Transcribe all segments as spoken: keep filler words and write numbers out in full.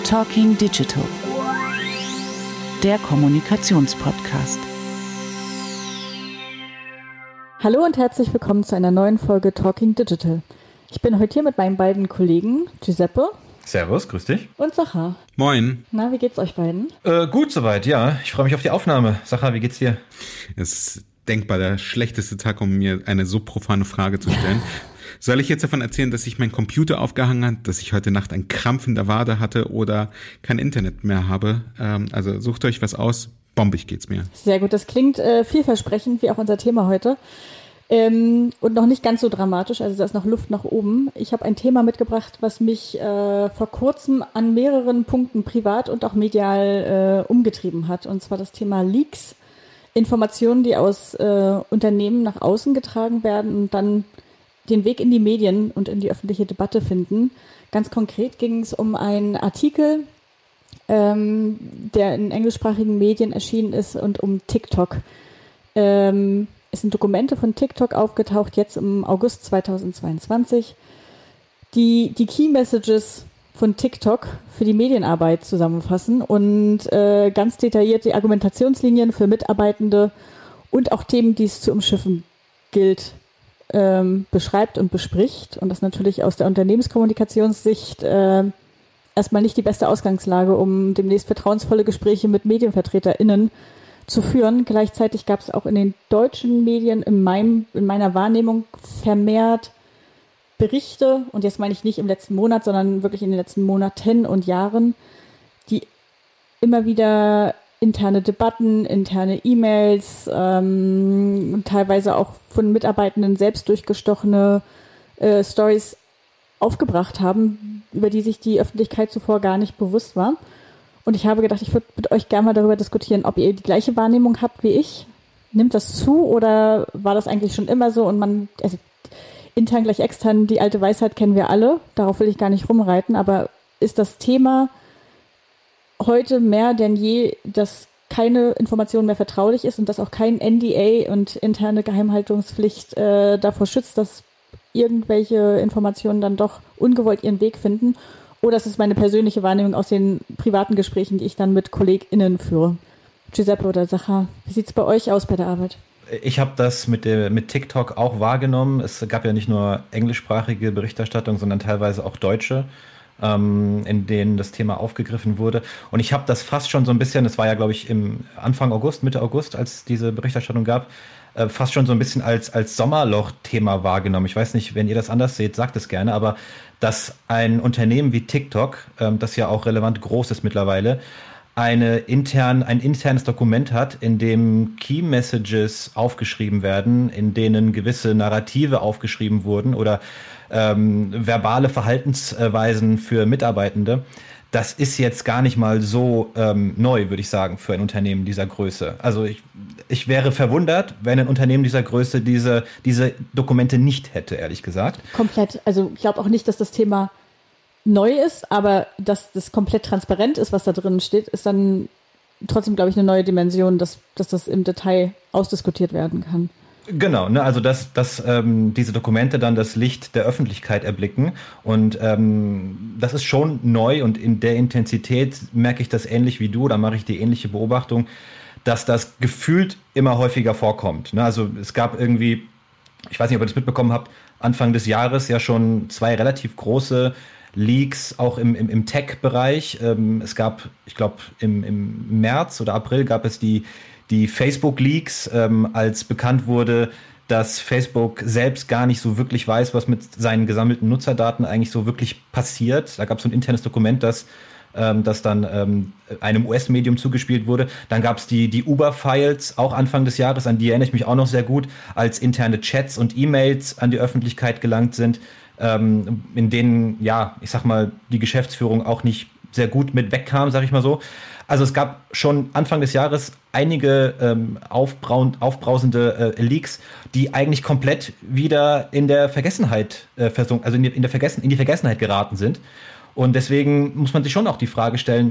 Talking Digital, der Kommunikationspodcast. Hallo und herzlich willkommen zu einer neuen Folge Talking Digital. Ich bin heute hier mit meinen beiden Kollegen Giuseppe. Servus, grüß dich. Und Sacha. Moin. Na, wie geht's euch beiden? Äh, gut soweit, ja. Ich freue mich auf die Aufnahme. Sacha, wie geht's dir? Es ist denkbar der schlechteste Tag, um mir eine so profane Frage zu stellen. Soll ich jetzt davon erzählen, dass sich mein Computer aufgehangen hat, dass ich heute Nacht einen Krampf in der Wade hatte oder kein Internet mehr habe? Ähm, also sucht euch was aus. Bombig geht's mir. Sehr gut, das klingt äh, vielversprechend, wie auch unser Thema heute. Ähm, und noch nicht ganz so dramatisch, also da ist noch Luft nach oben. Ich habe ein Thema mitgebracht, was mich äh, vor kurzem an mehreren Punkten privat und auch medial äh, umgetrieben hat. Und zwar das Thema Leaks, Informationen, die aus äh, Unternehmen nach außen getragen werden und dann den Weg in die Medien und in die öffentliche Debatte finden. Ganz konkret ging es um einen Artikel, ähm, der in englischsprachigen Medien erschienen ist und um TikTok. Ähm, es sind Dokumente von TikTok aufgetaucht, jetzt im August zweitausendzweiundzwanzig, die die Key Messages von TikTok für die Medienarbeit zusammenfassen und äh, ganz detailliert die Argumentationslinien für Mitarbeitende und auch Themen, die es zu umschiffen gilt, ähm, beschreibt und bespricht. Und das natürlich aus der Unternehmenskommunikationssicht äh, erstmal nicht die beste Ausgangslage, um demnächst vertrauensvolle Gespräche mit MedienvertreterInnen zu führen. Gleichzeitig gab es auch in den deutschen Medien in, meinem, in meiner Wahrnehmung vermehrt Berichte, und jetzt meine ich nicht im letzten Monat, sondern wirklich in den letzten Monaten und Jahren, die immer wieder interne Debatten, interne E-Mails, ähm, und teilweise auch von Mitarbeitenden selbst durchgestochene äh, Stories aufgebracht haben, über die sich die Öffentlichkeit zuvor gar nicht bewusst war. Und ich habe gedacht, ich würde mit euch gerne mal darüber diskutieren, ob ihr die gleiche Wahrnehmung habt wie ich. Nimmt das zu oder war das eigentlich schon immer so? Und man, also intern gleich extern, die alte Weisheit kennen wir alle. Darauf will ich gar nicht rumreiten. Aber ist das Thema heute mehr denn je, dass keine Information mehr vertraulich ist und dass auch kein N D A und interne Geheimhaltungspflicht äh, davor schützt, dass irgendwelche Informationen dann doch ungewollt ihren Weg finden? Oder ist es meine persönliche Wahrnehmung aus den privaten Gesprächen, die ich dann mit KollegInnen führe? Giuseppe oder Sacha, wie sieht es bei euch aus bei der Arbeit? Ich habe das mit, der, mit TikTok auch wahrgenommen. Es gab ja nicht nur englischsprachige Berichterstattung, sondern teilweise auch deutsche, ähm, in denen das Thema aufgegriffen wurde. Und ich habe das fast schon so ein bisschen, das war ja, glaube ich, im Anfang August, Mitte August, als diese Berichterstattung gab, äh, fast schon so ein bisschen als, als Sommerloch-Thema wahrgenommen. Ich weiß nicht, wenn ihr das anders seht, sagt es gerne, aber dass ein Unternehmen wie TikTok, ähm, das ja auch relevant groß ist mittlerweile, eine intern, ein internes Dokument hat, in dem Key Messages aufgeschrieben werden, in denen gewisse Narrative aufgeschrieben wurden oder ähm, verbale Verhaltensweisen für Mitarbeitende. Das ist jetzt gar nicht mal so ähm, neu, würde ich sagen, für ein Unternehmen dieser Größe. Also ich, ich wäre verwundert, wenn ein Unternehmen dieser Größe diese, diese Dokumente nicht hätte, ehrlich gesagt. Komplett. Also ich glaube auch nicht, dass das Thema neu ist, aber dass das komplett transparent ist, was da drin steht, ist dann trotzdem, glaube ich, eine neue Dimension, dass, dass das im Detail ausdiskutiert werden kann. Genau, ne, also dass, dass ähm, diese Dokumente dann das Licht der Öffentlichkeit erblicken und ähm, das ist schon neu und in der Intensität merke ich das ähnlich wie du, oder mache ich die ähnliche Beobachtung, dass das gefühlt immer häufiger vorkommt. Ne? Also es gab irgendwie, ich weiß nicht, ob ihr das mitbekommen habt, Anfang des Jahres ja schon zwei relativ große Leaks, auch im, im, im Tech-Bereich. Ähm, es gab, ich glaube, im, im März oder April gab es die Die Facebook-Leaks, ähm, als bekannt wurde, dass Facebook selbst gar nicht so wirklich weiß, was mit seinen gesammelten Nutzerdaten eigentlich so wirklich passiert. Da gab es so ein internes Dokument, das, ähm, das dann ähm, einem U S-Medium zugespielt wurde. Dann gab es die, die Uber-Files, auch Anfang des Jahres, an die erinnere ich mich auch noch sehr gut, als interne Chats und E-Mails an die Öffentlichkeit gelangt sind, ähm, in denen, ja, ich sag mal, die Geschäftsführung auch nicht sehr gut mit wegkam, sag ich mal so. Also es gab schon Anfang des Jahres einige ähm, aufbraun, aufbrausende äh, Leaks, die eigentlich komplett wieder in der Vergessenheit äh, versunken, also in die, in, der Vergessen, in die Vergessenheit geraten sind. Und deswegen muss man sich schon auch die Frage stellen,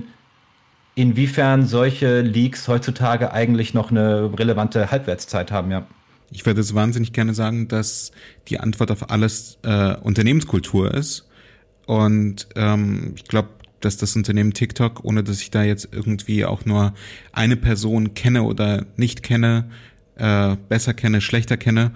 inwiefern solche Leaks heutzutage eigentlich noch eine relevante Halbwertszeit haben, ja. Ich würde es wahnsinnig gerne sagen, dass die Antwort auf alles äh, Unternehmenskultur ist. Und ähm, ich glaube, dass das Unternehmen TikTok, ohne dass ich da jetzt irgendwie auch nur eine Person kenne oder nicht kenne, äh, besser kenne, schlechter kenne,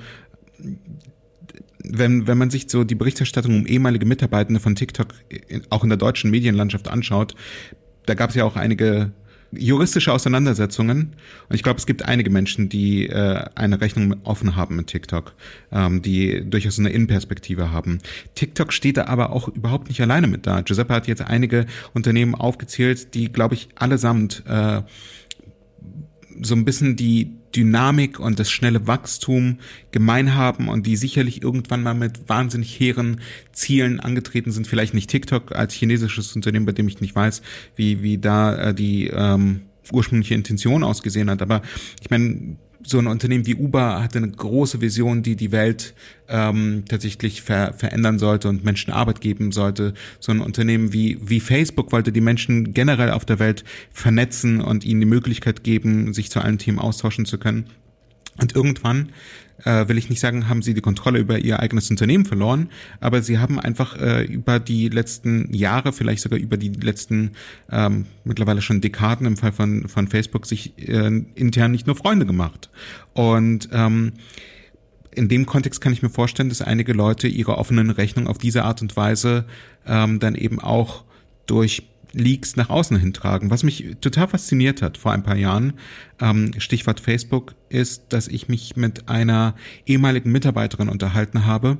wenn, wenn man sich so die Berichterstattung um ehemalige Mitarbeitende von TikTok in, auch in der deutschen Medienlandschaft anschaut, da gab es ja auch einige juristische Auseinandersetzungen. Und ich glaube, es gibt einige Menschen, die äh, eine Rechnung offen haben mit TikTok, ähm, die durchaus eine Innenperspektive haben. TikTok steht da aber auch überhaupt nicht alleine mit da. Giuseppe hat jetzt einige Unternehmen aufgezählt, die, glaube ich, allesamt äh, so ein bisschen die Dynamik und das schnelle Wachstum gemein haben und die sicherlich irgendwann mal mit wahnsinnig hehren Zielen angetreten sind. Vielleicht nicht TikTok als chinesisches Unternehmen, bei dem ich nicht weiß, wie wie da äh, die ähm, ursprüngliche Intention ausgesehen hat. Aber ich meine, so ein Unternehmen wie Uber hatte eine große Vision, die die Welt ähm, tatsächlich ver- verändern sollte und Menschen Arbeit geben sollte. So ein Unternehmen wie wie Facebook wollte die Menschen generell auf der Welt vernetzen und ihnen die Möglichkeit geben, sich zu allen Themen austauschen zu können. Und irgendwann, äh, will ich nicht sagen, haben sie die Kontrolle über ihr eigenes Unternehmen verloren, aber sie haben einfach äh, über die letzten Jahre, vielleicht sogar über die letzten ähm, mittlerweile schon Dekaden im Fall von von Facebook sich äh, intern nicht nur Freunde gemacht. Und ähm, in dem Kontext kann ich mir vorstellen, dass einige Leute ihre offenen Rechnungen auf diese Art und Weise ähm, dann eben auch durch Leaks nach außen hintragen. Was mich total fasziniert hat vor ein paar Jahren, ähm, Stichwort Facebook, ist, dass ich mich mit einer ehemaligen Mitarbeiterin unterhalten habe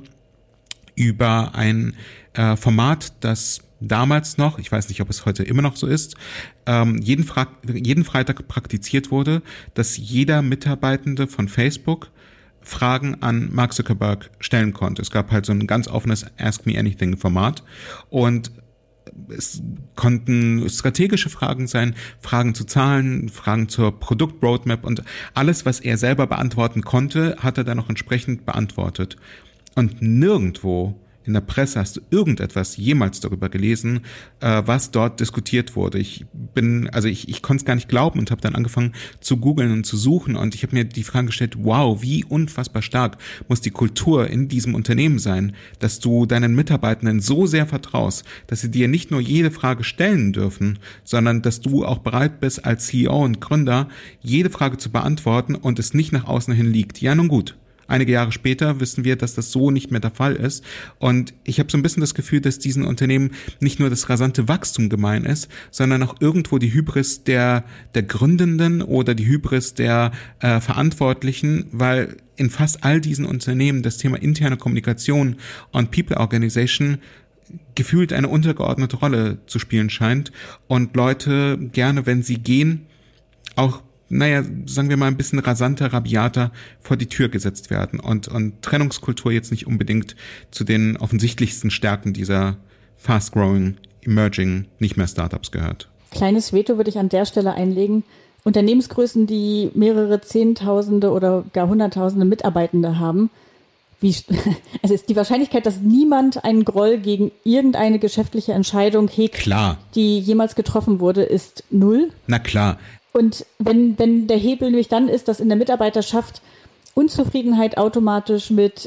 über ein äh, Format, das damals noch, ich weiß nicht, ob es heute immer noch so ist, ähm, jeden, Fra- jeden Freitag praktiziert wurde, dass jeder Mitarbeitende von Facebook Fragen an Mark Zuckerberg stellen konnte. Es gab halt so ein ganz offenes Ask Me Anything Format und es konnten strategische Fragen sein, Fragen zu Zahlen, Fragen zur Produktroadmap und alles, was er selber beantworten konnte, hat er dann noch entsprechend beantwortet. Und nirgendwo in der Presse hast du irgendetwas jemals darüber gelesen, äh, was dort diskutiert wurde. Ich bin, also ich, ich konnte es gar nicht glauben und habe dann angefangen zu googeln und zu suchen und ich habe mir die Frage gestellt, wow, wie unfassbar stark muss die Kultur in diesem Unternehmen sein, dass du deinen Mitarbeitenden so sehr vertraust, dass sie dir nicht nur jede Frage stellen dürfen, sondern dass du auch bereit bist, als C E O und Gründer jede Frage zu beantworten und es nicht nach außen hin liegt. Ja, nun gut. Einige Jahre später wissen wir, dass das so nicht mehr der Fall ist. Und ich habe so ein bisschen das Gefühl, dass diesen Unternehmen nicht nur das rasante Wachstum gemein ist, sondern auch irgendwo die Hybris der der Gründenden oder die Hybris der äh, Verantwortlichen, weil in fast all diesen Unternehmen das Thema interne Kommunikation und People Organization gefühlt eine untergeordnete Rolle zu spielen scheint und Leute gerne, wenn sie gehen, auch naja, sagen wir mal ein bisschen rasanter, rabiater vor die Tür gesetzt werden und, und Trennungskultur jetzt nicht unbedingt zu den offensichtlichsten Stärken dieser fast-growing, emerging, nicht mehr Startups gehört. Kleines Veto würde ich an der Stelle einlegen. Unternehmensgrößen, die mehrere Zehntausende oder gar Hunderttausende Mitarbeitende haben, wie, also ist die Wahrscheinlichkeit, dass niemand einen Groll gegen irgendeine geschäftliche Entscheidung hegt, klar, die jemals getroffen wurde, ist null. Na klar. Und wenn, wenn der Hebel nämlich dann ist, dass in der Mitarbeiterschaft Unzufriedenheit automatisch mit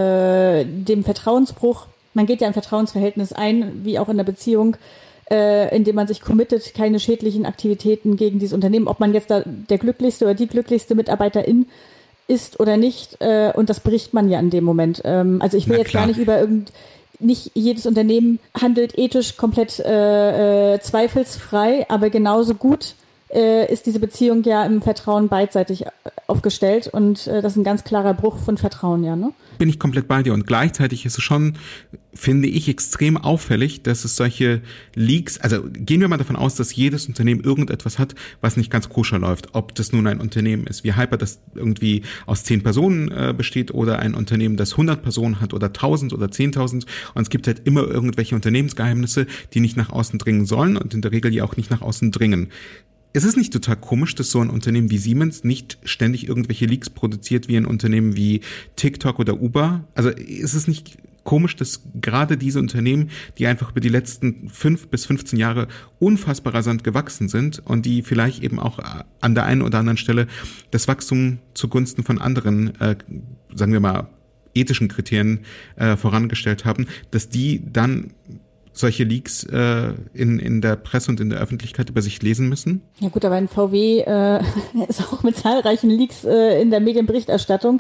äh, dem Vertrauensbruch, man geht ja ein Vertrauensverhältnis ein, wie auch in der Beziehung, äh, indem man sich committet, keine schädlichen Aktivitäten gegen dieses Unternehmen, ob man jetzt da der glücklichste oder die glücklichste Mitarbeiterin ist oder nicht, äh, und das bricht man ja in dem Moment. Ähm, also ich will Na jetzt klar. gar nicht über irgend, nicht jedes Unternehmen handelt ethisch komplett äh, äh, zweifelsfrei, aber genauso gut ist diese Beziehung ja im Vertrauen beidseitig aufgestellt und äh, das ist ein ganz klarer Bruch von Vertrauen, ja, ne? Bin ich komplett bei dir und gleichzeitig ist es schon, finde ich, extrem auffällig, dass es solche Leaks, also gehen wir mal davon aus, dass jedes Unternehmen irgendetwas hat, was nicht ganz koscher läuft, ob das nun ein Unternehmen ist wie Hyper, das irgendwie aus zehn Personen äh, besteht oder ein Unternehmen, das hundert Personen hat oder tausend oder zehntausend und es gibt halt immer irgendwelche Unternehmensgeheimnisse, die nicht nach außen dringen sollen und in der Regel ja auch nicht nach außen dringen. Ist es nicht total komisch, dass so ein Unternehmen wie Siemens nicht ständig irgendwelche Leaks produziert wie ein Unternehmen wie TikTok oder Uber? Also ist es nicht komisch, dass gerade diese Unternehmen, die einfach über die letzten fünf bis fünfzehn Jahre unfassbar rasant gewachsen sind und die vielleicht eben auch an der einen oder anderen Stelle das Wachstum zugunsten von anderen, äh, sagen wir mal, ethischen Kriterien äh, vorangestellt haben, dass die dann solche Leaks äh, in, in der Presse und in der Öffentlichkeit über sich lesen müssen? Ja gut, aber ein V W äh, ist auch mit zahlreichen Leaks äh, in der Medienberichterstattung,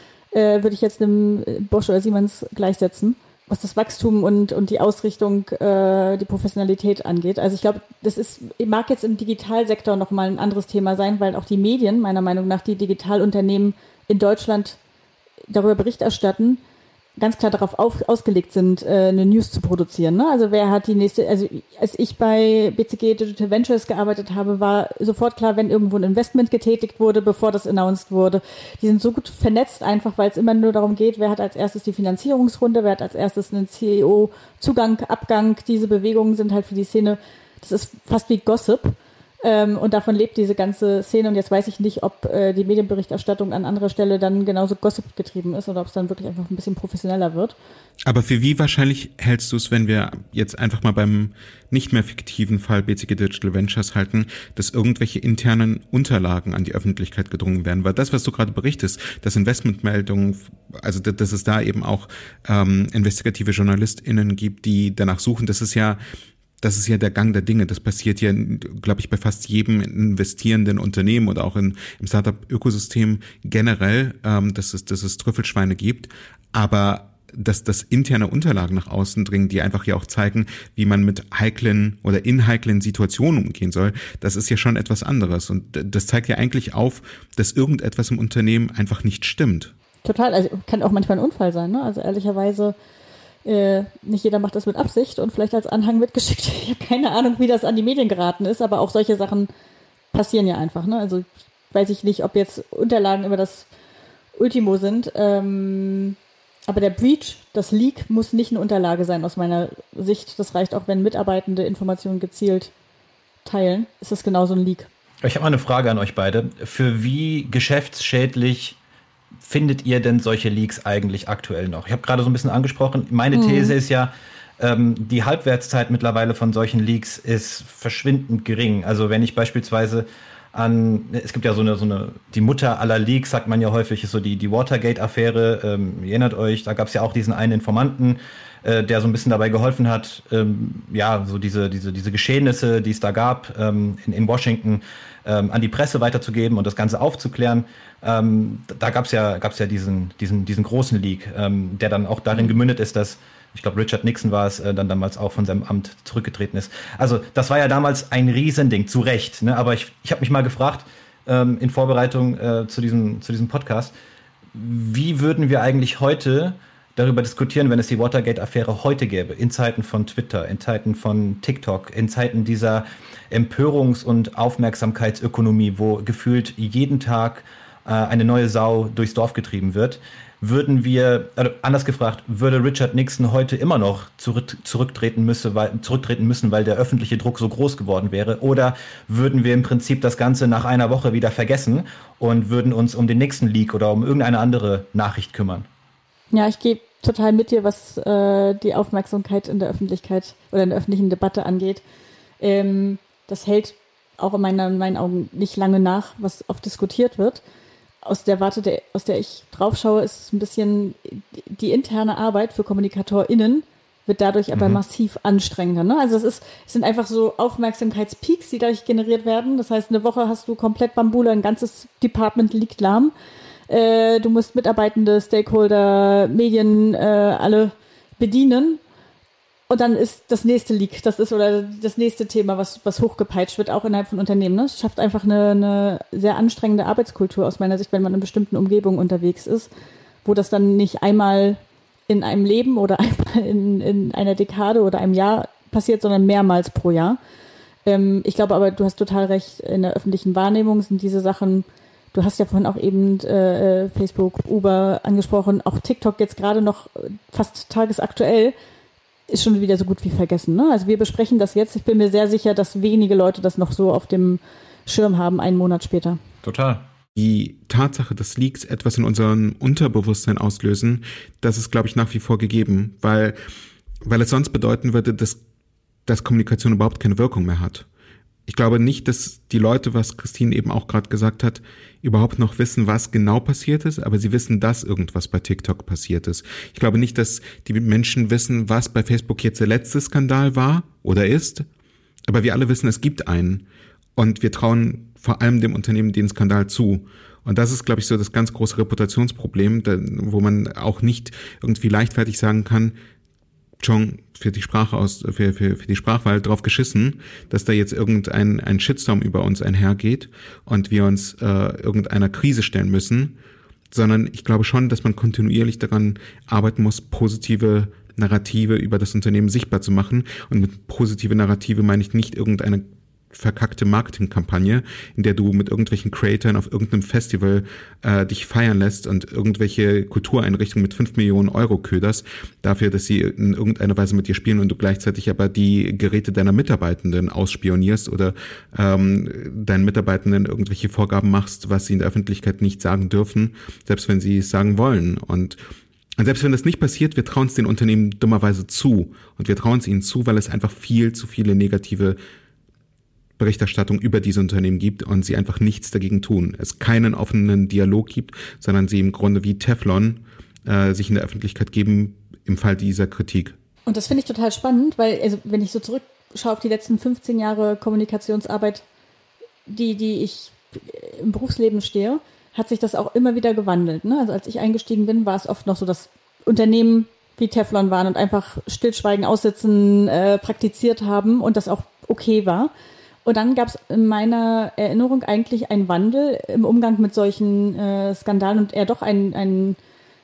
äh, würde ich jetzt einem Bosch oder Siemens gleichsetzen, was das Wachstum und, und die Ausrichtung, äh, die Professionalität angeht. Also ich glaube, das ist, mag jetzt im Digitalsektor nochmal ein anderes Thema sein, weil auch die Medien, meiner Meinung nach, die Digitalunternehmen in Deutschland darüber Bericht erstatten, ganz klar darauf auf, ausgelegt sind, äh, eine News zu produzieren. Ne? Also wer hat die nächste, also als ich bei B C G Digital Ventures gearbeitet habe, war sofort klar, wenn irgendwo ein Investment getätigt wurde, bevor das announced wurde. Die sind so gut vernetzt einfach, weil es immer nur darum geht, wer hat als erstes die Finanzierungsrunde, wer hat als erstes einen C E O-Zugang, Abgang. Diese Bewegungen sind halt für die Szene, das ist fast wie Gossip. Ähm, und davon lebt diese ganze Szene. Und jetzt weiß ich nicht, ob äh, die Medienberichterstattung an anderer Stelle dann genauso Gossip getrieben ist oder ob es dann wirklich einfach ein bisschen professioneller wird. Aber für wie wahrscheinlich hältst du es, wenn wir jetzt einfach mal beim nicht mehr fiktiven Fall B C G Digital Ventures halten, dass irgendwelche internen Unterlagen an die Öffentlichkeit gedrungen werden? Weil das, was du gerade berichtest, dass Investmentmeldungen, also dass es da eben auch ähm, investigative JournalistInnen gibt, die danach suchen, das ist ja Das ist ja der Gang der Dinge. Das passiert ja, glaube ich, bei fast jedem investierenden Unternehmen oder auch in, im Startup-Ökosystem generell, ähm, dass es, dass es Trüffelschweine gibt. Aber dass, dass interne Unterlagen nach außen dringen, die einfach ja auch zeigen, wie man mit heiklen oder in heiklen Situationen umgehen soll, das ist ja schon etwas anderes. Und das zeigt ja eigentlich auf, dass irgendetwas im Unternehmen einfach nicht stimmt. Total. Also kann auch manchmal ein Unfall sein, ne? Also ehrlicherweise Äh, nicht jeder macht das mit Absicht und vielleicht als Anhang mitgeschickt. Ich habe keine Ahnung, wie das an die Medien geraten ist, aber auch solche Sachen passieren ja einfach. Ne? Also weiß ich nicht, ob jetzt Unterlagen immer das Ultimo sind, ähm, aber der Breach, das Leak, muss nicht eine Unterlage sein aus meiner Sicht. Das reicht auch, wenn Mitarbeitende Informationen gezielt teilen. Ist das genauso ein Leak? Ich habe mal eine Frage an euch beide. Für wie geschäftsschädlich findet ihr denn solche Leaks eigentlich aktuell noch? Ich habe gerade so ein bisschen angesprochen, meine mhm. These ist ja, ähm, die Halbwertszeit mittlerweile von solchen Leaks ist verschwindend gering. Also wenn ich beispielsweise an, es gibt ja so eine, so eine, die Mutter aller Leaks, sagt man ja häufig, ist so die, die Watergate-Affäre. Ähm, ihr erinnert euch, da gab es ja auch diesen einen Informanten, äh, der so ein bisschen dabei geholfen hat, ähm, ja, so diese, diese, diese Geschehnisse, die es da gab, ähm, in, in Washington, ähm, an die Presse weiterzugeben und das Ganze aufzuklären. Ähm, da gab es ja, gab's ja diesen, diesen, diesen großen Leak, ähm, der dann auch darin gemündet ist, dass, ich glaube, Richard Nixon war es, äh, dann damals auch von seinem Amt zurückgetreten ist. Also das war ja damals ein Riesending, zu Recht. Ne? Aber ich, ich habe mich mal gefragt, ähm, in Vorbereitung äh, zu diesem, zu diesem Podcast, wie würden wir eigentlich heute darüber diskutieren, wenn es die Watergate-Affäre heute gäbe, in Zeiten von Twitter, in Zeiten von TikTok, in Zeiten dieser Empörungs- und Aufmerksamkeitsökonomie, wo gefühlt jeden Tag äh, eine neue Sau durchs Dorf getrieben wird. Würden wir, also anders gefragt, würde Richard Nixon heute immer noch zurück, zurücktreten, müsse, weil, zurücktreten müssen, weil der öffentliche Druck so groß geworden wäre? Oder würden wir im Prinzip das Ganze nach einer Woche wieder vergessen und würden uns um den nächsten Leak oder um irgendeine andere Nachricht kümmern? Ja, ich gehe total mit dir, was äh, die Aufmerksamkeit in der Öffentlichkeit oder in der öffentlichen Debatte angeht. Ähm, das hält auch in, meiner, in meinen Augen nicht lange nach, was oft diskutiert wird. Aus der Warte, der, aus der ich drauf schaue, ist es ein bisschen die interne Arbeit für KommunikatorInnen wird dadurch aber mhm. massiv anstrengender. Ne? Also es ist, es sind einfach so Aufmerksamkeitspeaks, die dadurch generiert werden. Das heißt, eine Woche hast du komplett Bambule, ein ganzes Department liegt lahm. Äh, du musst Mitarbeitende, Stakeholder, Medien, äh, alle bedienen. Und dann ist das nächste Leak, das ist oder das nächste Thema, was, was hochgepeitscht wird, auch innerhalb von Unternehmen. Ne? Es schafft einfach eine, eine sehr anstrengende Arbeitskultur aus meiner Sicht, wenn man in bestimmten Umgebungen unterwegs ist, wo das dann nicht einmal in einem Leben oder einmal in, in einer Dekade oder einem Jahr passiert, sondern mehrmals pro Jahr. Ähm, ich glaube aber, du hast total recht, in der öffentlichen Wahrnehmung sind diese Sachen, du hast ja vorhin auch eben äh, Facebook, Uber angesprochen, auch TikTok jetzt gerade noch fast tagesaktuell, ist schon wieder so gut wie vergessen. Ne? Also wir besprechen das jetzt. Ich bin mir sehr sicher, dass wenige Leute das noch so auf dem Schirm haben, einen Monat später. Total. Die Tatsache, dass Leaks etwas in unserem Unterbewusstsein auslösen, das ist, glaube ich, nach wie vor gegeben, weil, weil es sonst bedeuten würde, dass, dass Kommunikation überhaupt keine Wirkung mehr hat. Ich glaube nicht, dass die Leute, was Christine eben auch gerade gesagt hat, überhaupt noch wissen, was genau passiert ist, aber sie wissen, dass irgendwas bei TikTok passiert ist. Ich glaube nicht, dass die Menschen wissen, was bei Facebook jetzt der letzte Skandal war oder ist, aber wir alle wissen, es gibt einen und wir trauen vor allem dem Unternehmen den Skandal zu. Und das ist, glaube ich, so das ganz große Reputationsproblem, da, wo man auch nicht irgendwie leichtfertig sagen kann, schon für die Sprache aus, für, für, für die Sprachwahl drauf geschissen, dass da jetzt irgendein ein Shitstorm über uns einhergeht und wir uns äh, irgendeiner Krise stellen müssen, sondern ich glaube schon, dass man kontinuierlich daran arbeiten muss, positive Narrative über das Unternehmen sichtbar zu machen. Und mit positive Narrative meine ich nicht irgendeine verkackte Marketingkampagne, in der du mit irgendwelchen Creatoren auf irgendeinem Festival äh, dich feiern lässt und irgendwelche Kultureinrichtungen mit fünf Millionen Euro köderst, dafür, dass sie in irgendeiner Weise mit dir spielen und du gleichzeitig aber die Geräte deiner Mitarbeitenden ausspionierst oder ähm, deinen Mitarbeitenden irgendwelche Vorgaben machst, was sie in der Öffentlichkeit nicht sagen dürfen, selbst wenn sie es sagen wollen. Und Und selbst wenn das nicht passiert, wir trauen es den Unternehmen dummerweise zu. Und wir trauen es ihnen zu, weil es einfach viel zu viele negative Berichterstattung über diese Unternehmen gibt und sie einfach nichts dagegen tun. Es keinen offenen Dialog gibt, sondern sie im Grunde wie Teflon äh, sich in der Öffentlichkeit geben im Fall dieser Kritik. Und das finde ich total spannend, weil also wenn ich so zurückschaue auf die letzten fünfzehn Jahre Kommunikationsarbeit, die, die ich im Berufsleben stehe, hat sich das auch immer wieder gewandelt. Ne? Also als ich eingestiegen bin, war es oft noch so, dass Unternehmen wie Teflon waren und einfach Stillschweigen, Aussitzen äh, praktiziert haben und das auch okay war. Und dann gab es in meiner Erinnerung eigentlich einen Wandel im Umgang mit solchen äh, Skandalen und eher doch ein, ein,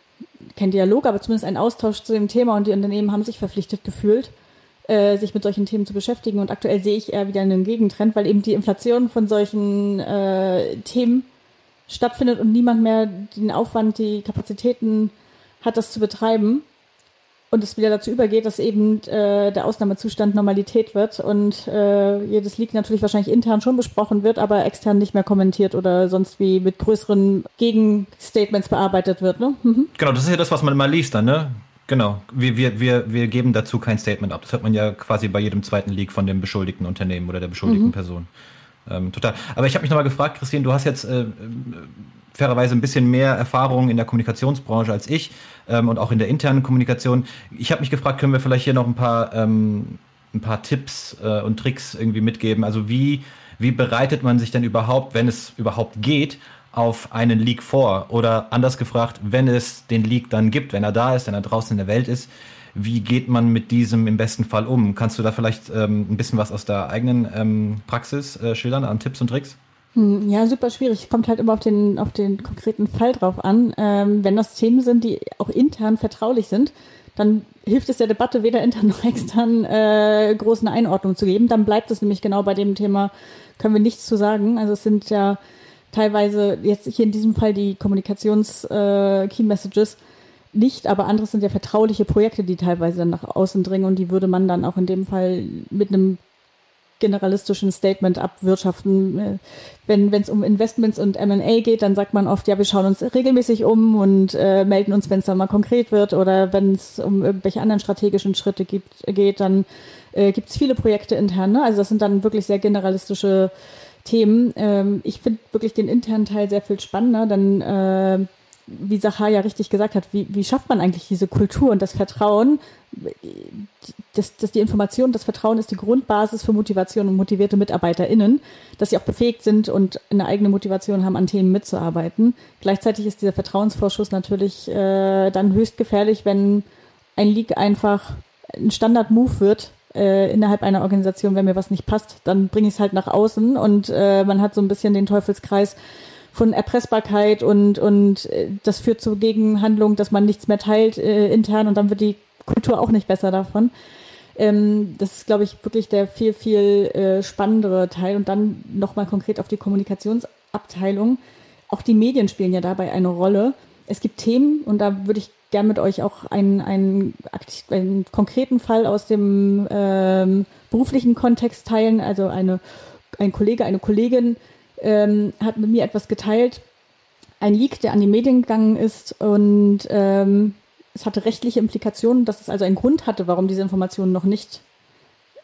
kein Dialog, aber zumindest ein Austausch zu dem Thema. Und die Unternehmen haben sich verpflichtet gefühlt, äh, sich mit solchen Themen zu beschäftigen. Und aktuell sehe ich eher wieder einen Gegentrend, weil eben die Inflation von solchen äh, Themen stattfindet und niemand mehr den Aufwand, die Kapazitäten hat, das zu betreiben. Und es wieder dazu übergeht, dass eben äh, der Ausnahmezustand Normalität wird und äh, jedes Leak natürlich wahrscheinlich intern schon besprochen wird, aber extern nicht mehr kommentiert oder sonst wie mit größeren Gegenstatements bearbeitet wird. Ne? Mhm. Genau, das ist ja das, was man immer liest dann, ne? Genau, wir, wir, wir, wir geben dazu kein Statement ab. Das hört man ja quasi bei jedem zweiten Leak von dem beschuldigten Unternehmen oder der beschuldigten mhm. Person. Ähm, total. Aber ich habe mich nochmal gefragt, Christine, du hast jetzt äh, fairerweise ein bisschen mehr Erfahrung in der Kommunikationsbranche als ich ähm, und auch in der internen Kommunikation. Ich habe mich gefragt, können wir vielleicht hier noch ein paar, ähm, ein paar Tipps äh, und Tricks irgendwie mitgeben? Also wie, wie bereitet man sich denn überhaupt, wenn es überhaupt geht, auf einen Leak vor? Oder anders gefragt, wenn es den Leak dann gibt, wenn er da ist, wenn er draußen in der Welt ist, wie geht man mit diesem im besten Fall um? Kannst du da vielleicht ähm, ein bisschen was aus der eigenen ähm, Praxis äh, schildern an Tipps und Tricks? Ja, super schwierig. Kommt halt immer auf den, auf den konkreten Fall drauf an. Ähm, wenn das Themen sind, die auch intern vertraulich sind, dann hilft es der Debatte weder intern noch extern äh, groß eine Einordnung zu geben. Dann bleibt es nämlich genau bei dem Thema, können wir nichts zu sagen. Also es sind ja teilweise jetzt hier in diesem Fall die Kommunikations-Key-Messages äh, nicht, aber anderes sind ja vertrauliche Projekte, die teilweise dann nach außen dringen und die würde man dann auch in dem Fall mit einem generalistischen Statement abwirtschaften. Wenn wenn es um Investments und M and A geht, dann sagt man oft, ja, wir schauen uns regelmäßig um und äh, melden uns, wenn es dann mal konkret wird oder wenn es um irgendwelche anderen strategischen Schritte gibt, geht, dann äh, gibt es viele Projekte intern. Ne? Also das sind dann wirklich sehr generalistische Themen. Ähm, ich finde wirklich den internen Teil sehr viel spannender, denn äh, wie Sahar ja richtig gesagt hat, wie, wie schafft man eigentlich diese Kultur und das Vertrauen, dass, dass die Information, das Vertrauen ist die Grundbasis für Motivation und motivierte MitarbeiterInnen, dass sie auch befähigt sind und eine eigene Motivation haben, an Themen mitzuarbeiten. Gleichzeitig ist dieser Vertrauensvorschuss natürlich äh, dann höchst gefährlich, wenn ein Leak einfach ein Standard-Move wird äh, innerhalb einer Organisation. Wenn mir was nicht passt, dann bringe ich es halt nach außen und äh, man hat so ein bisschen den Teufelskreis von Erpressbarkeit und, und das führt zur Gegenhandlung, dass man nichts mehr teilt äh, intern und dann wird die Kultur auch nicht besser davon. Ähm, das ist, glaube ich, wirklich der viel, viel äh, spannendere Teil. Und dann nochmal konkret auf die Kommunikationsabteilung. Auch die Medien spielen ja dabei eine Rolle. Es gibt Themen und da würde ich gerne mit euch auch einen, einen, einen konkreten Fall aus dem ähm, beruflichen Kontext teilen. Also eine, ein Kollege, eine Kollegin Ähm, hat mit mir etwas geteilt, ein Leak, der an die Medien gegangen ist und ähm, es hatte rechtliche Implikationen, dass es also einen Grund hatte, warum diese Informationen noch nicht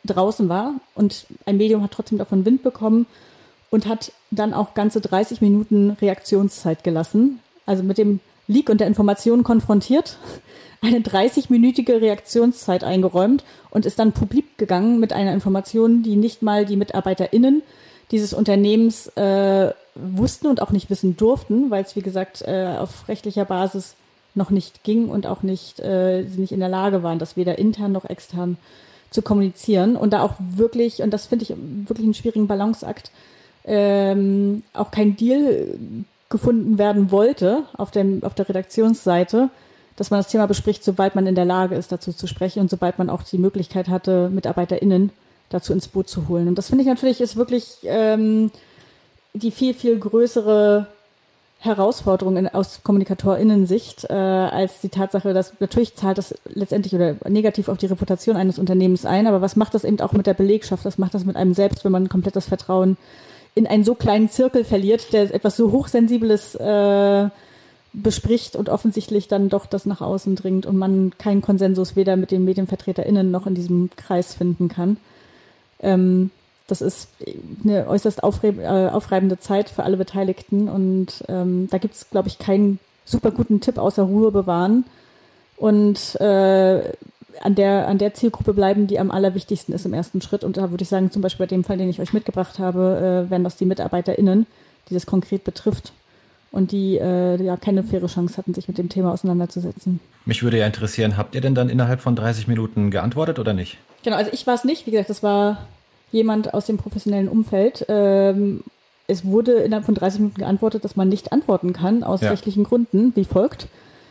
draußen war und ein Medium hat trotzdem davon Wind bekommen und hat dann auch ganze dreißig Minuten Reaktionszeit gelassen, also mit dem Leak und der Information konfrontiert, eine dreißig-minütige Reaktionszeit eingeräumt und ist dann publik gegangen mit einer Information, die nicht mal die MitarbeiterInnen dieses Unternehmens äh, wussten und auch nicht wissen durften, weil es, wie gesagt, äh, auf rechtlicher Basis noch nicht ging und auch nicht, äh, sie nicht in der Lage waren, das weder intern noch extern zu kommunizieren. Und da auch wirklich, und das finde ich wirklich einen schwierigen Balanceakt, ähm, auch kein Deal gefunden werden wollte auf, dem, auf der Redaktionsseite, dass man das Thema bespricht, sobald man in der Lage ist, dazu zu sprechen und sobald man auch die Möglichkeit hatte, MitarbeiterInnen dazu ins Boot zu holen. Und das finde ich natürlich ist wirklich ähm, die viel, viel größere Herausforderung in, aus KommunikatorInnen-Sicht äh, als die Tatsache, dass natürlich zahlt das letztendlich oder negativ auf die Reputation eines Unternehmens ein, aber was macht das eben auch mit der Belegschaft, was macht das mit einem selbst, wenn man komplett das Vertrauen in einen so kleinen Zirkel verliert, der etwas so Hochsensibles äh, bespricht und offensichtlich dann doch das nach außen dringt und man keinen Konsensus weder mit den MedienvertreterInnen noch in diesem Kreis finden kann. Ähm, das ist eine äußerst aufreib- äh, aufreibende Zeit für alle Beteiligten und ähm, da gibt es, glaube ich, keinen super guten Tipp außer Ruhe bewahren und äh, an der, an der Zielgruppe bleiben, die am allerwichtigsten ist im ersten Schritt. Und da würde ich sagen, zum Beispiel bei dem Fall, den ich euch mitgebracht habe, äh, wären das die MitarbeiterInnen, die das konkret betrifft und die äh, ja keine faire Chance hatten, sich mit dem Thema auseinanderzusetzen. Mich würde ja interessieren, habt ihr denn dann innerhalb von dreißig Minuten geantwortet oder nicht? Genau, also ich war es nicht. Wie gesagt, das war jemand aus dem professionellen Umfeld. Ähm, es wurde innerhalb von dreißig Minuten geantwortet, dass man nicht antworten kann, aus ja. rechtlichen Gründen, wie folgt.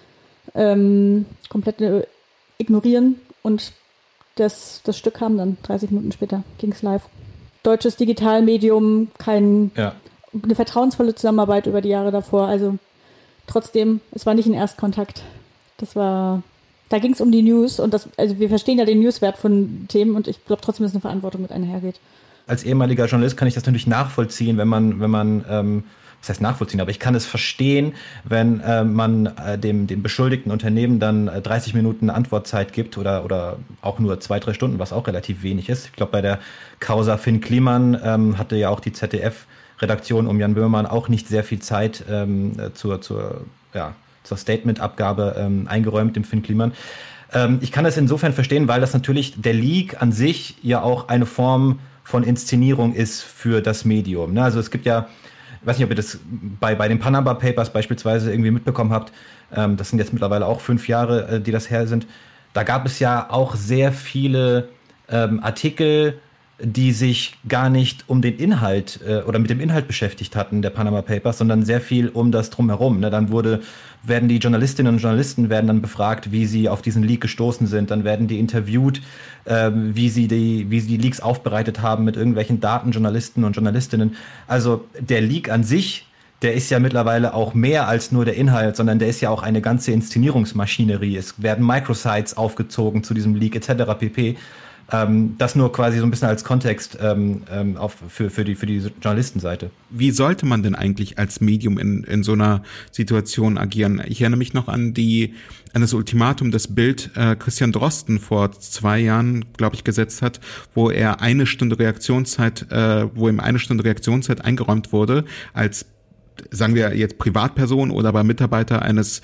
Ähm, komplett eine ignorieren und das, das Stück kam dann dreißig Minuten später, ging's live. Deutsches Digitalmedium, kein, ja. eine vertrauensvolle Zusammenarbeit über die Jahre davor, also trotzdem, es war nicht ein Erstkontakt. Das war, da ging's um die News und das, also wir verstehen ja den Newswert von Themen und ich glaube trotzdem, dass eine Verantwortung mit einhergeht. Als ehemaliger Journalist kann ich das natürlich nachvollziehen, wenn man, wenn man, ähm, das heißt nachvollziehen, aber ich kann es verstehen, wenn äh, man äh, dem, dem beschuldigten Unternehmen dann äh, dreißig Minuten Antwortzeit gibt oder, oder auch nur zwei, drei Stunden, was auch relativ wenig ist. Ich glaube, bei der Causa Finn Kliman ähm, hatte ja auch die Z D F-Redaktion um Jan Böhmermann auch nicht sehr viel Zeit ähm, zur, zur, ja, zur Statement-Abgabe ähm, eingeräumt, dem Finn Kliman. Ähm, ich kann das insofern verstehen, weil das natürlich der Leak an sich ja auch eine Form von Inszenierung ist für das Medium. Ne? Also es gibt ja, ich weiß nicht, ob ihr das bei, bei den Panama Papers beispielsweise irgendwie mitbekommen habt. Ähm, das sind jetzt mittlerweile auch fünf Jahre, äh, die das her sind. Da gab es ja auch sehr viele ähm, Artikel, die sich gar nicht um den Inhalt äh, oder mit dem Inhalt beschäftigt hatten, der Panama Papers, sondern sehr viel um das Drumherum. Ne? Dann wurde, werden die Journalistinnen und Journalisten werden dann befragt, wie sie auf diesen Leak gestoßen sind. Dann werden die interviewt, äh, wie sie die, wie sie die Leaks aufbereitet haben mit irgendwelchen Datenjournalisten und Journalistinnen. Also der Leak an sich, der ist ja mittlerweile auch mehr als nur der Inhalt, sondern der ist ja auch eine ganze Inszenierungsmaschinerie. Es werden Microsites aufgezogen zu diesem Leak et cetera pp. Ähm, das nur quasi so ein bisschen als Kontext ähm, auf, für, für, die, für die Journalistenseite. Wie sollte man denn eigentlich als Medium in, in so einer Situation agieren? Ich erinnere mich noch an die an das Ultimatum, das Bild äh, Christian Drosten vor zwei Jahren, glaube ich, gesetzt hat, wo er eine Stunde Reaktionszeit, äh, wo ihm eine Stunde Reaktionszeit eingeräumt wurde, als, sagen wir jetzt Privatperson oder aber Mitarbeiter eines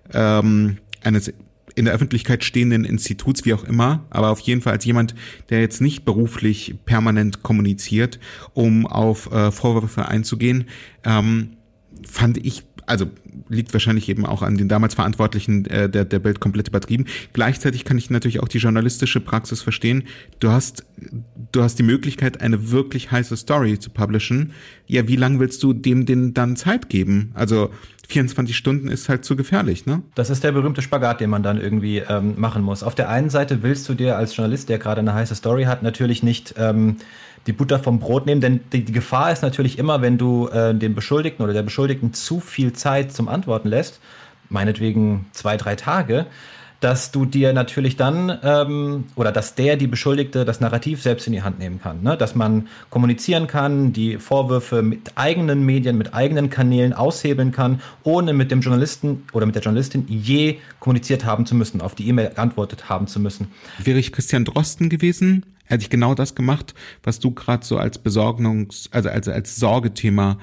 ähm, eines in der Öffentlichkeit stehenden Instituts, wie auch immer, aber auf jeden Fall als jemand, der jetzt nicht beruflich permanent kommuniziert, um auf äh, Vorwürfe einzugehen, ähm, fand ich, also liegt wahrscheinlich eben auch an den damals Verantwortlichen äh, der, der Bild komplett übertrieben. Gleichzeitig kann ich natürlich auch die journalistische Praxis verstehen. Du hast, du hast die Möglichkeit, eine wirklich heiße Story zu publishen. Ja, wie lange willst du dem denn dann Zeit geben? Also vierundzwanzig Stunden ist halt zu gefährlich, ne? Das ist der berühmte Spagat, den man dann irgendwie ähm, machen muss. Auf der einen Seite willst du dir als Journalist, der gerade eine heiße Story hat, natürlich nicht ähm, die Butter vom Brot nehmen, denn die, die Gefahr ist natürlich immer, wenn du äh, den Beschuldigten oder der Beschuldigten zu viel Zeit zum Antworten lässt, meinetwegen zwei, drei Tage, dass du dir natürlich dann, ähm, oder dass der, die Beschuldigte, das Narrativ selbst in die Hand nehmen kann. Ne? Dass man kommunizieren kann, die Vorwürfe mit eigenen Medien, mit eigenen Kanälen aushebeln kann, ohne mit dem Journalisten oder mit der Journalistin je kommuniziert haben zu müssen, auf die E-Mail geantwortet haben zu müssen. Wäre ich Christian Drosten gewesen, hätte ich genau das gemacht, was du gerade so als Besorgungs-, also als, als Sorgethema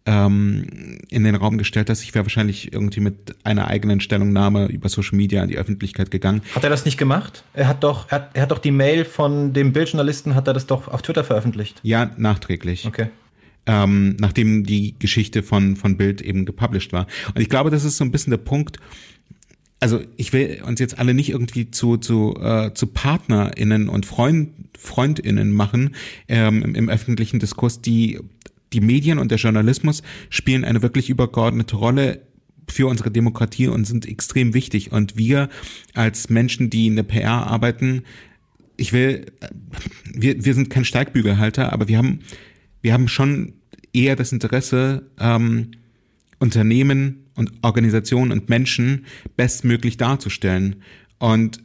ähm, in den Raum gestellt hast. Ich wäre wahrscheinlich irgendwie mit einer eigenen Stellungnahme über Social Media an die Öffentlichkeit gegangen. Hat er das nicht gemacht? Er hat doch, er hat, er hat doch die Mail von dem Bildjournalisten, hat er das doch auf Twitter veröffentlicht? Ja, nachträglich. Okay. Ähm, nachdem die Geschichte von, von Bild eben gepublished war. Und ich glaube, das ist so ein bisschen der Punkt. Also ich will uns jetzt alle nicht irgendwie zu zu äh, zu PartnerInnen und Freund FreundInnen machen ähm, im, im öffentlichen Diskurs. Die die Medien und der Journalismus spielen eine wirklich übergeordnete Rolle für unsere Demokratie und sind extrem wichtig. Und wir als Menschen, die in der P R arbeiten, ich will, wir wir sind kein Steigbügelhalter, aber wir haben wir haben schon eher das Interesse, ähm, Unternehmen und Organisationen und Menschen bestmöglich darzustellen. Und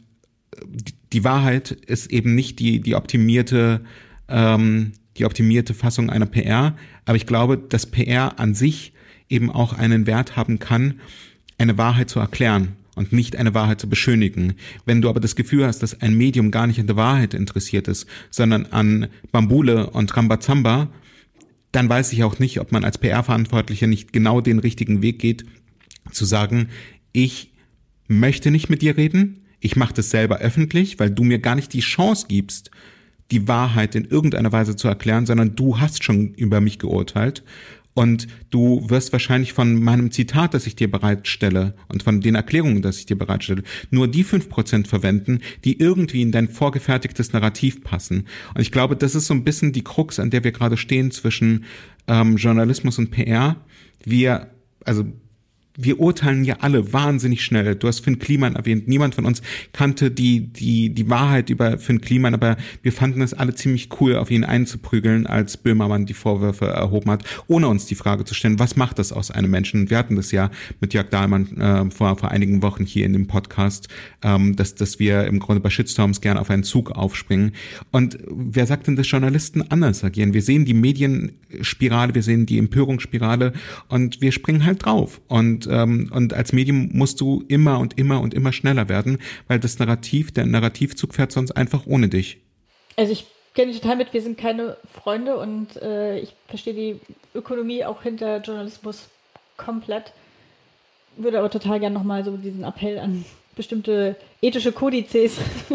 die Wahrheit ist eben nicht die die optimierte ähm, die optimierte Fassung einer P R, aber ich glaube, dass P R an sich eben auch einen Wert haben kann, eine Wahrheit zu erklären und nicht eine Wahrheit zu beschönigen. Wenn du aber das Gefühl hast, dass ein Medium gar nicht an der Wahrheit interessiert ist, sondern an Bambule und Rambazamba, dann weiß ich auch nicht, ob man als P R-Verantwortlicher nicht genau den richtigen Weg geht, zu sagen, ich möchte nicht mit dir reden, ich mache das selber öffentlich, weil du mir gar nicht die Chance gibst, die Wahrheit in irgendeiner Weise zu erklären, sondern du hast schon über mich geurteilt und du wirst wahrscheinlich von meinem Zitat, das ich dir bereitstelle und von den Erklärungen, das ich dir bereitstelle, nur die fünf Prozent verwenden, die irgendwie in dein vorgefertigtes Narrativ passen. Und ich glaube, das ist so ein bisschen die Krux, an der wir gerade stehen zwischen ähm, Journalismus und P R. Wir, also wir urteilen ja alle wahnsinnig schnell. Du hast Finn Kliman erwähnt. Niemand von uns kannte die die die Wahrheit über Finn Kliman, aber wir fanden es alle ziemlich cool, auf ihn einzuprügeln, als Böhmermann die Vorwürfe erhoben hat, ohne uns die Frage zu stellen, was macht das aus einem Menschen? Und wir hatten das ja mit Jörg Dahlmann äh, vor vor einigen Wochen hier in dem Podcast, ähm, dass dass wir im Grunde bei Shitstorms gerne auf einen Zug aufspringen. Und wer sagt denn, dass Journalisten anders agieren? Wir sehen die Medienspirale, wir sehen die Empörungsspirale und wir springen halt drauf. Und Und als Medium musst du immer und immer und immer schneller werden, weil das Narrativ, der Narrativzug fährt sonst einfach ohne dich. Also ich kenne dich total mit, wir sind keine Freunde und äh, ich verstehe die Ökonomie auch hinter Journalismus komplett. Würde aber total gerne nochmal so diesen Appell an bestimmte ethische Kodizes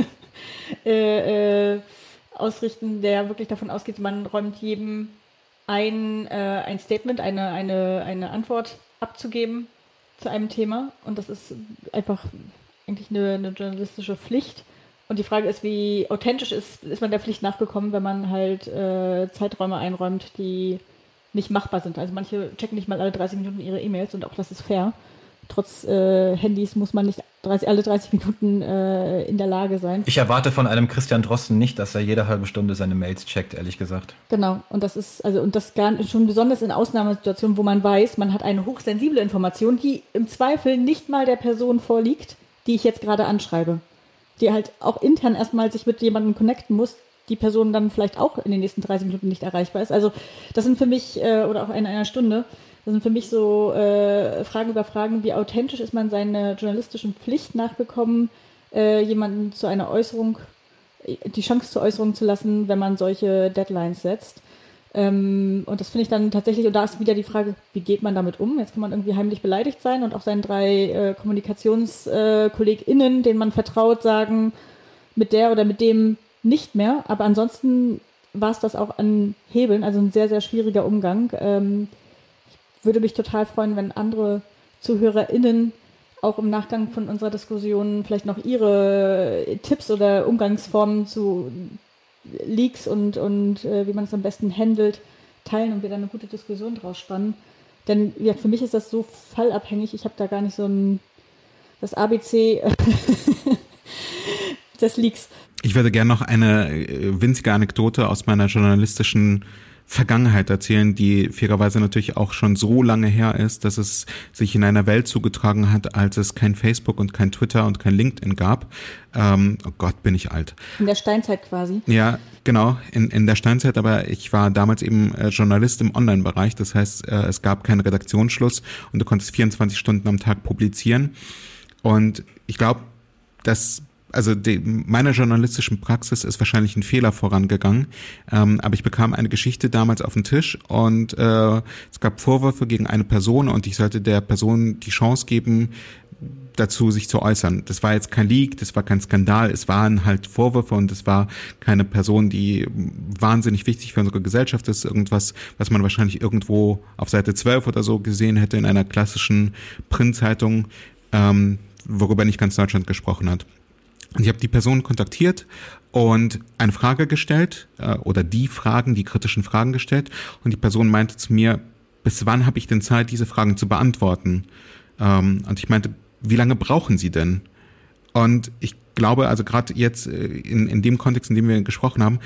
äh, äh, ausrichten, der wirklich davon ausgeht, man räumt jedem ein, äh, ein Statement, eine, eine, eine Antwort abzugeben zu einem Thema und das ist einfach eigentlich eine, eine journalistische Pflicht und die Frage ist, wie authentisch ist, ist man der Pflicht nachgekommen, wenn man halt äh, Zeiträume einräumt, die nicht machbar sind. Also manche checken nicht mal alle dreißig Minuten ihre E-Mails und auch das ist fair. Trotz äh, Handys muss man nicht dreißig, alle dreißig Minuten äh, in der Lage sein. Ich erwarte von einem Christian Drosten nicht, dass er jede halbe Stunde seine Mails checkt, ehrlich gesagt. Genau, und das ist, also und das gar schon besonders in Ausnahmesituationen, wo man weiß, man hat eine hochsensible Information, die im Zweifel nicht mal der Person vorliegt, die ich jetzt gerade anschreibe. Die halt auch intern erstmal sich mit jemandem connecten muss, die Person dann vielleicht auch in den nächsten dreißig Minuten nicht erreichbar ist. Also das sind für mich, äh, oder auch in einer Stunde, das sind für mich so äh, Fragen über Fragen, wie authentisch ist man seiner journalistischen Pflicht nachgekommen, äh, jemanden zu einer Äußerung, die Chance zur Äußerung zu lassen, wenn man solche Deadlines setzt. Ähm, und das finde ich dann tatsächlich, und da ist wieder die Frage, wie geht man damit um? Jetzt kann man irgendwie heimlich beleidigt sein und auch seinen drei äh, KommunikationskollegInnen, denen man vertraut, sagen, mit der oder mit dem nicht mehr. Aber ansonsten war es das auch an Hebeln, also ein sehr, sehr schwieriger Umgang. Ähm, würde mich total freuen, wenn andere ZuhörerInnen auch im Nachgang von unserer Diskussion vielleicht noch ihre Tipps oder Umgangsformen zu Leaks und, und äh, wie man es am besten handelt, teilen und wir dann eine gute Diskussion draus spannen. Denn ja, für mich ist das so fallabhängig. Ich habe da gar nicht so ein das A B C des Leaks. Ich würde gerne noch eine winzige Anekdote aus meiner journalistischen Vergangenheit erzählen, die fairerweise natürlich auch schon so lange her ist, dass es sich in einer Welt zugetragen hat, als es kein Facebook und kein Twitter und kein LinkedIn gab. Ähm, oh Gott, bin ich alt. In der Steinzeit quasi. Ja, genau, in, in der Steinzeit, aber ich war damals eben äh, Journalist im Online-Bereich, das heißt, äh, es gab keinen Redaktionsschluss und du konntest vierundzwanzig Stunden am Tag publizieren. Und ich glaube, dass Also die, meiner journalistischen Praxis ist wahrscheinlich ein Fehler vorangegangen, ähm, aber ich bekam eine Geschichte damals auf den Tisch und äh, es gab Vorwürfe gegen eine Person und ich sollte der Person die Chance geben, dazu sich zu äußern. Das war jetzt kein Leak, das war kein Skandal, es waren halt Vorwürfe und es war keine Person, die wahnsinnig wichtig für unsere Gesellschaft ist, irgendwas, was man wahrscheinlich irgendwo auf Seite zwölf oder so gesehen hätte in einer klassischen Printzeitung, ähm, worüber nicht ganz Deutschland gesprochen hat. Und ich habe die Person kontaktiert und eine Frage gestellt äh, oder die Fragen, die kritischen Fragen gestellt und die Person meinte zu mir, bis wann habe ich denn Zeit, diese Fragen zu beantworten? Ähm, und ich meinte, wie lange brauchen Sie denn? Und ich glaube, also gerade jetzt in, in dem Kontext, in dem wir gesprochen haben,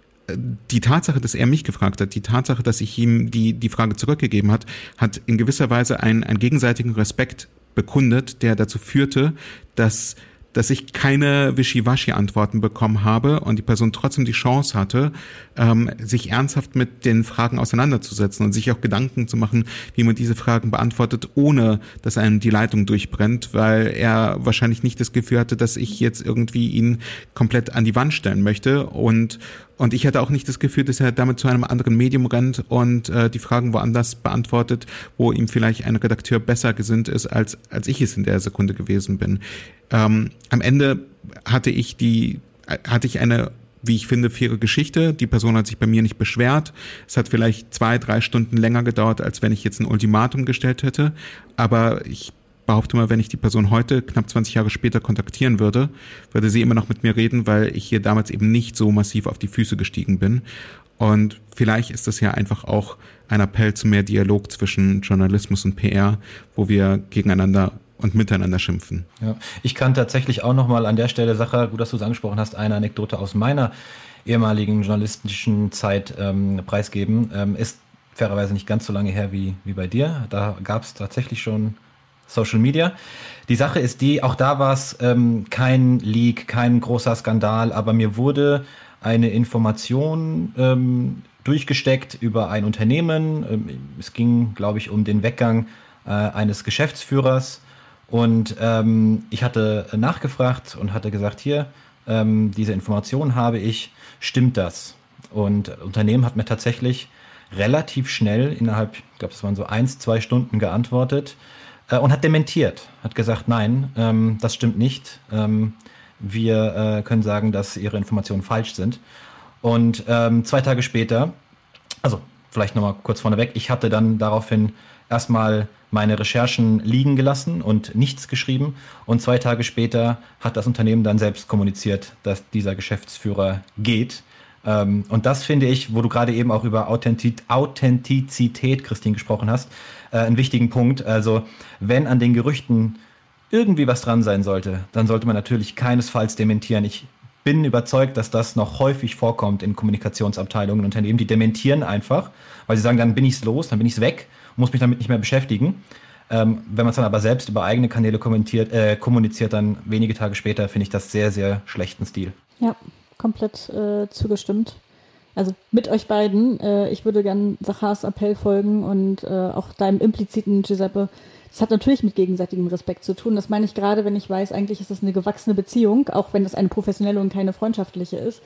die Tatsache, dass er mich gefragt hat, die Tatsache, dass ich ihm die, die Frage zurückgegeben hat, hat in gewisser Weise einen, einen gegenseitigen Respekt bekundet, der dazu führte, dass dass ich keine Wischiwaschi-Antworten bekommen habe und die Person trotzdem die Chance hatte, ähm, sich ernsthaft mit den Fragen auseinanderzusetzen und sich auch Gedanken zu machen, wie man diese Fragen beantwortet, ohne dass einem die Leitung durchbrennt, weil er wahrscheinlich nicht das Gefühl hatte, dass ich jetzt irgendwie ihn komplett an die Wand stellen möchte und Und ich hatte auch nicht das Gefühl, dass er damit zu einem anderen Medium rennt und äh, die Fragen woanders beantwortet, wo ihm vielleicht ein Redakteur besser gesinnt ist, als als ich es in der Sekunde gewesen bin. Ähm, am Ende hatte ich die, hatte ich eine, wie ich finde, faire Geschichte. Die Person hat sich bei mir nicht beschwert. Es hat vielleicht zwei, drei Stunden länger gedauert, als wenn ich jetzt ein Ultimatum gestellt hätte. Aber ich behaupte mal, wenn ich die Person heute, knapp zwanzig Jahre später, kontaktieren würde, würde sie immer noch mit mir reden, weil ich hier damals eben nicht so massiv auf die Füße gestiegen bin. Und vielleicht ist das ja einfach auch ein Appell zu mehr Dialog zwischen Journalismus und P R, wo wir gegeneinander und miteinander schimpfen. Ja, ich kann tatsächlich auch nochmal an der Stelle, Sacha, gut, dass du es angesprochen hast, eine Anekdote aus meiner ehemaligen journalistischen Zeit ähm, preisgeben. Ähm, ist fairerweise nicht ganz so lange her wie, wie bei dir. Da gab es tatsächlich schon Social Media. Die Sache ist die, auch da war es ähm, kein Leak, kein großer Skandal, aber mir wurde eine Information ähm, durchgesteckt über ein Unternehmen. Ähm, es ging, glaube ich, um den Weggang äh, eines Geschäftsführers und ähm, ich hatte nachgefragt und hatte gesagt, hier, ähm, diese Information habe ich, stimmt das? Und das Unternehmen hat mir tatsächlich relativ schnell, innerhalb, ich glaube, es waren so eins, zwei Stunden geantwortet, und hat dementiert, hat gesagt, nein, ähm, das stimmt nicht. Ähm, wir äh, können sagen, dass ihre Informationen falsch sind. Und ähm, zwei Tage später, also vielleicht nochmal kurz vorneweg, ich hatte dann daraufhin erstmal meine Recherchen liegen gelassen und nichts geschrieben. Und zwei Tage später hat das Unternehmen dann selbst kommuniziert, dass dieser Geschäftsführer geht. Ähm, und das finde ich, wo du gerade eben auch über Authentiz- Authentizität, Christine, gesprochen hast, äh, einen wichtigen Punkt. Also wenn an den Gerüchten irgendwie was dran sein sollte, dann sollte man natürlich keinesfalls dementieren. Ich bin überzeugt, dass das noch häufig vorkommt in Kommunikationsabteilungen und Unternehmen. Die dementieren einfach, weil sie sagen, dann bin ich's los, dann bin ich's weg, muss mich damit nicht mehr beschäftigen. Ähm, wenn man es dann aber selbst über eigene Kanäle kommentiert, äh, kommuniziert, dann wenige Tage später, finde ich das sehr, sehr schlechten Stil. Ja, komplett äh, zugestimmt. Also mit euch beiden. Äh, ich würde gern Sachars Appell folgen und äh, auch deinem impliziten, Giuseppe. Das hat natürlich mit gegenseitigem Respekt zu tun. Das meine ich gerade, wenn ich weiß, eigentlich ist das eine gewachsene Beziehung, auch wenn das eine professionelle und keine freundschaftliche ist.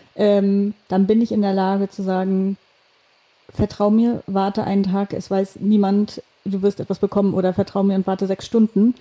Ähm, dann bin ich in der Lage zu sagen, vertrau mir, warte einen Tag, es weiß niemand, du wirst etwas bekommen, oder vertrau mir und warte sechs Stunden.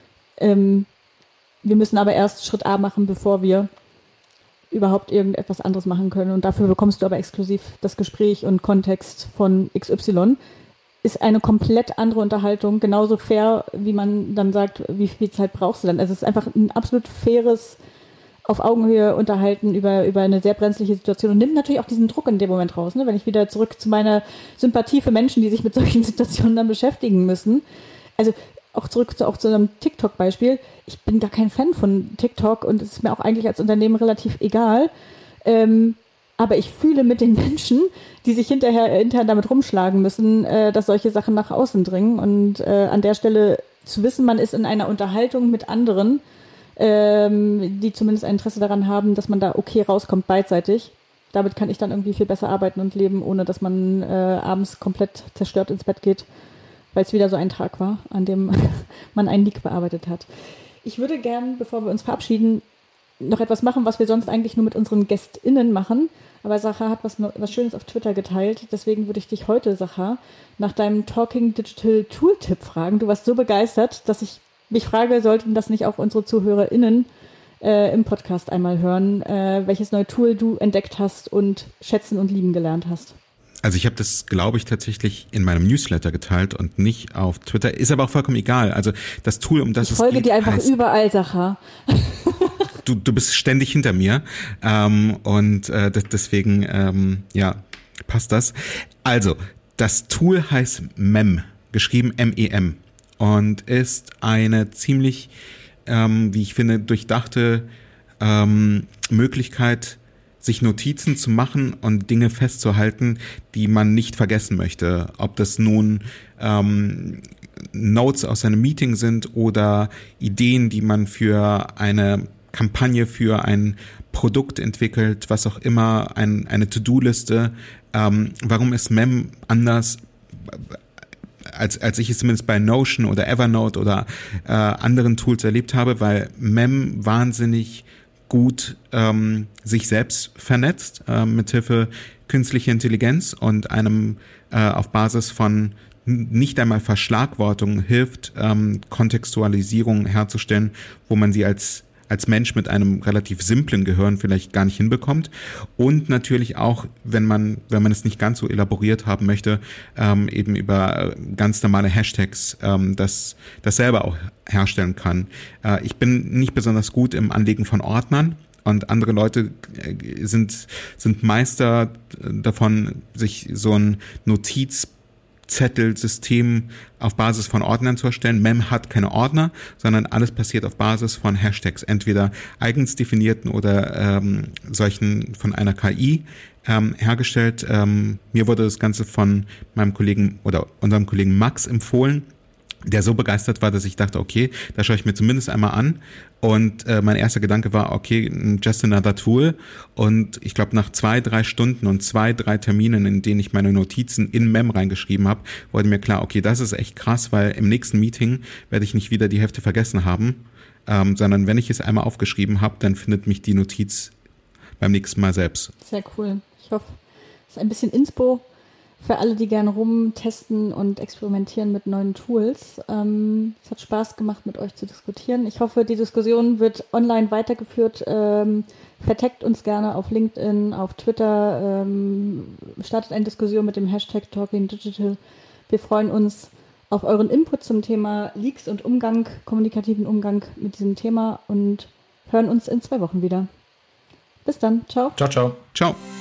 Ähm, wir müssen aber erst Schritt A machen, bevor wir überhaupt irgendetwas anderes machen können. Und dafür bekommst du aber exklusiv das Gespräch und Kontext von X Y. Ist eine komplett andere Unterhaltung, genauso fair, wie man dann sagt, wie viel Zeit brauchst du dann. Also es ist einfach ein absolut faires, auf Augenhöhe unterhalten über, über eine sehr brenzliche Situation und nimmt natürlich auch diesen Druck in dem Moment raus, ne? Wenn ich wieder zurück zu meiner Sympathie für Menschen, die sich mit solchen Situationen dann beschäftigen müssen. Also auch zurück zu, auch zu einem TikTok-Beispiel. Ich bin gar kein Fan von TikTok und es ist mir auch eigentlich als Unternehmen relativ egal. Ähm, aber ich fühle mit den Menschen, die sich hinterher intern damit rumschlagen müssen, äh, dass solche Sachen nach außen dringen. Und äh, an der Stelle zu wissen, man ist in einer Unterhaltung mit anderen, ähm, die zumindest ein Interesse daran haben, dass man da okay rauskommt, beidseitig. Damit kann ich dann irgendwie viel besser arbeiten und leben, ohne dass man äh, abends komplett zerstört ins Bett geht, weil es wieder so ein Tag war, an dem man einen Leak bearbeitet hat. Ich würde gern, bevor wir uns verabschieden, noch etwas machen, was wir sonst eigentlich nur mit unseren GästInnen machen. Aber Sachar hat was, was Schönes auf Twitter geteilt. Deswegen würde ich dich heute, Sachar, nach deinem Talking Digital Tooltip fragen. Du warst so begeistert, dass ich mich frage, sollten das nicht auch unsere ZuhörerInnen äh, im Podcast einmal hören, äh, welches neue Tool du entdeckt hast und schätzen und lieben gelernt hast. Also ich habe das, glaube ich, tatsächlich in meinem Newsletter geteilt und nicht auf Twitter. Ist aber auch vollkommen egal. Also das Tool, um das ich es folge geht, dir einfach heißt, überall, Sachar. Du, du bist ständig hinter mir ähm, und äh, deswegen, ähm, ja, passt das. Also, das Tool heißt Mem, geschrieben M E M und ist eine ziemlich, ähm, wie ich finde, durchdachte ähm, Möglichkeit, sich Notizen zu machen und Dinge festzuhalten, die man nicht vergessen möchte. Ob das nun ähm, Notes aus einem Meeting sind oder Ideen, die man für eine Kampagne, für ein Produkt entwickelt, was auch immer, ein, eine To-Do-Liste. Ähm, warum ist Mem anders, als, als ich es zumindest bei Notion oder Evernote oder äh, anderen Tools erlebt habe, weil Mem wahnsinnig gut ähm, sich selbst vernetzt, äh, mithilfe künstlicher Intelligenz und einem äh, auf Basis von nicht einmal Verschlagwortung hilft, ähm, Kontextualisierung herzustellen, wo man sie als als Mensch mit einem relativ simplen Gehirn vielleicht gar nicht hinbekommt. Und natürlich auch, wenn man, wenn man es nicht ganz so elaboriert haben möchte, ähm, eben über ganz normale Hashtags ähm, das, das selber auch herstellen kann. Äh, ich bin nicht besonders gut im Anlegen von Ordnern. Und andere Leute sind, sind Meister davon, sich so ein Notiz Zettelsystem auf Basis von Ordnern zu erstellen. Mem hat keine Ordner, sondern alles passiert auf Basis von Hashtags, entweder eigens definierten oder ähm, solchen von einer K I ähm, hergestellt. Ähm, mir wurde das Ganze von meinem Kollegen oder unserem Kollegen Max empfohlen, der so begeistert war, dass ich dachte, okay, da schaue ich mir zumindest einmal an. Und äh, mein erster Gedanke war, okay, just another tool. Und ich glaube, nach zwei, drei Stunden und zwei, drei Terminen, in denen ich meine Notizen in Mem reingeschrieben habe, wurde mir klar, okay, das ist echt krass, weil im nächsten Meeting werde ich nicht wieder die Hälfte vergessen haben, ähm, sondern wenn ich es einmal aufgeschrieben habe, dann findet mich die Notiz beim nächsten Mal selbst. Sehr cool. Ich hoffe, es ist ein bisschen Inspo für alle, die gerne rumtesten und experimentieren mit neuen Tools. Ähm, es hat Spaß gemacht, mit euch zu diskutieren. Ich hoffe, die Diskussion wird online weitergeführt. Ähm, verteckt uns gerne auf LinkedIn, auf Twitter. Ähm, startet eine Diskussion mit dem Hashtag Talking Digital. Wir freuen uns auf euren Input zum Thema Leaks und Umgang, kommunikativen Umgang mit diesem Thema und hören uns in zwei Wochen wieder. Bis dann. Ciao. Ciao, ciao. Ciao.